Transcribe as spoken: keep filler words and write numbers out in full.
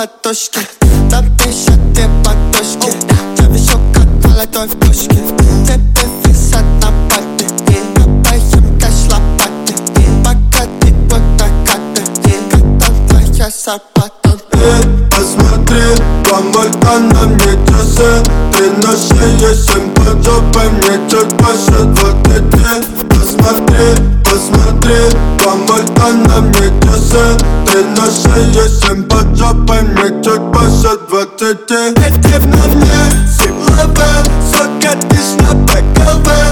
ладошки. На пешате подушки. Тебе щека холодной в пушке. Тебе висят на пати. Копаем кэш лопаты. Пока ты вот накаты. Как твоя зарплата. Посмотри, два мальта на мне часы. Ты на шее, семь под жопой, мне чуть больше двадцати. Посмотри, посмотри, два мальта на мне часы. Ты на шее, семь под жопой, мне чуть больше двадцати. Эти на мне силовые, сука, ты ж на бэковые.